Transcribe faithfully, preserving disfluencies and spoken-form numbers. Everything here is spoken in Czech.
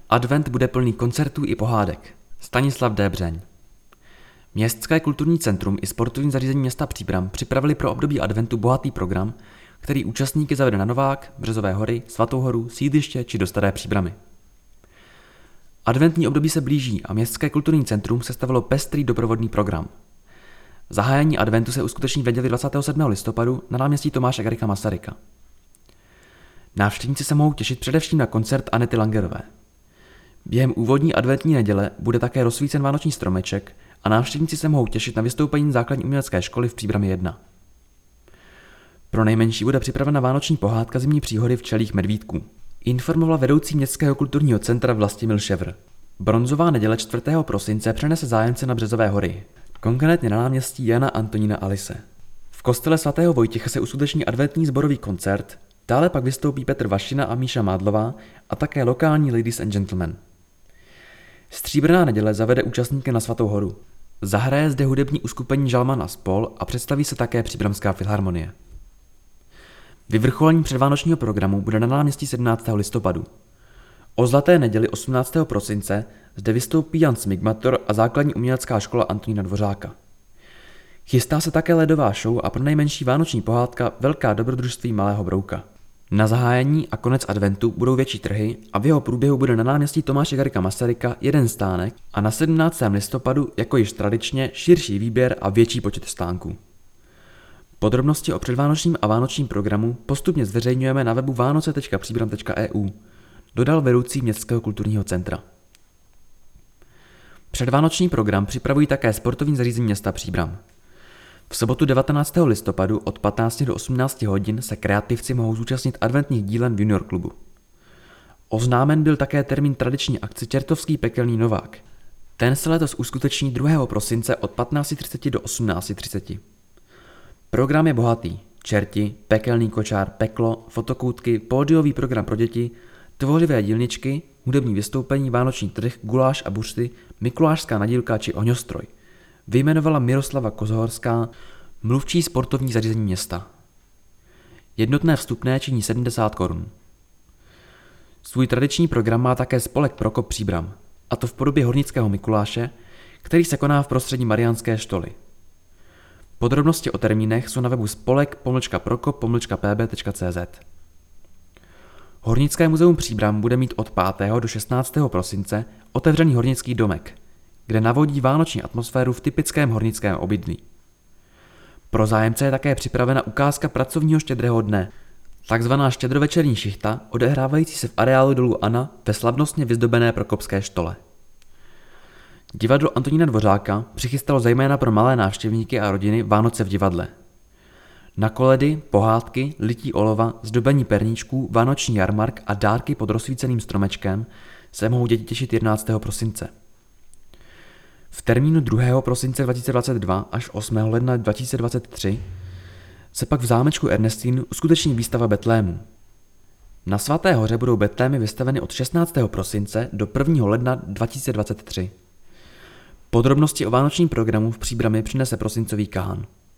Advent bude plný koncertů i pohádek. Stanislav Débřeň. Městské kulturní centrum i sportovní zařízení města Příbram připravili pro období adventu bohatý program, který účastníky zavede na Novák, Březové hory, Svatou horu, sídliště či do Staré Příbramy. Adventní období se blíží a Městské kulturní centrum sestavilo pestrý doprovodný program. Zahájení adventu se uskuteční v neděli dvacátého sedmého listopadu na náměstí Tomáše Garrigua Masaryka. Návštěvníci se mohou těšit především na koncert Anety Langerové. Během úvodní adventní neděle bude také rozsvícen vánoční stromeček a návštěvníci se mohou těšit na vystoupení základní umělecké školy v Příbrami jedna. Pro nejmenší bude připravena vánoční pohádka Zimní příhody včelích medvídků. Informovala vedoucí Městského kulturního centra Vlastimil Ševr. Bronzová neděle čtvrtého prosince přenese zájemce na Březové hory, konkrétně na náměstí Jana Antonína Alise. V kostele svatého Vojtěcha se uskuteční adventní sborový koncert, dále pak vystoupí Petr Vašina a Míša Mádlová a také lokální Ladies and Gentlemen. Stříbrná neděle zavede účastníky na Svatou horu. Zahraje zde hudební uskupení Žalman a spol a představí se také Příbramská filharmonie. Vyvrcholení předvánočního programu bude na náměstí sedmnáctého listopadu. O zlaté neděli osmnáctého prosince zde vystoupí Jan Smigmator a základní umělecká škola Antonína Dvořáka. Chystá se také ledová show a pro nejmenší vánoční pohádka Velká dobrodružství malého brouka. Na zahájení a konec adventu budou větší trhy a v jeho průběhu bude na náměstí Tomáše Garrigua Masaryka jeden stánek a na sedmnáctého listopadu, jako již tradičně, širší výběr a větší počet stánků. Podrobnosti o předvánočním a vánočním programu postupně zveřejňujeme na webu vánoce tečka příbram tečka e u, dodal vedoucí Městského kulturního centra. Předvánoční program připravují také sportovní zařízení města Příbram. V sobotu devatenáctého listopadu od patnácti do osmnácti hodin se kreativci mohou zúčastnit adventních dílen v Junior klubu. Oznámen byl také termín tradiční akce Čertovský pekelný Novák. Ten se letos uskuteční druhého prosince od patnácti třiceti do osmnácti třiceti. Program je bohatý. Čerti, pekelný kočár, peklo, fotokoutky, pódiový program pro děti, tvořivé dílničky, hudební vystoupení, vánoční trh, guláš a buřty, mikulášská nadílka či ohňostroj. Vyjmenovala Miroslava Kozohorská, mluvčí sportovní zařízení města. Jednotné vstupné činí sedmdesát korun. Svůj tradiční program má také spolek Prokop Příbram, a to v podobě hornického Mikuláše, který se koná v prostředí Mariánské štoly. Podrobnosti o termínech jsou na webu spolek pomlčka prokop pomlčka p b tečka c z. Hornické muzeum Příbram bude mít od pátého do šestnáctého prosince otevřený hornický domek, kde navodí vánoční atmosféru v typickém hornickém obydlí. Pro zájemce je také připravena ukázka pracovního štědrého dne, takzvaná štědrovečerní šichta, odehrávající se v areálu dolu Anna ve slavnostně vyzdobené Prokopské štole. Divadlo Antonína Dvořáka přichystalo zejména pro malé návštěvníky a rodiny Vánoce v divadle. Na koledy, pohádky, lití olova, zdobení perníčků, vánoční jarmark a dárky pod rozsvíceným stromečkem se mohou děti těšit jedenáctého prosince. V termínu druhého prosince dva tisíce dvacet dva až osmého ledna dva tisíce dvacet tři se pak v zámečku Ernestín uskuteční výstava betlémů. Na Svaté hoře budou betlémy vystaveny od šestnáctého prosince do prvního ledna dva tisíce dvacet tři. Podrobnosti o vánočním programu v Příbrami přinese prosincový Káhan.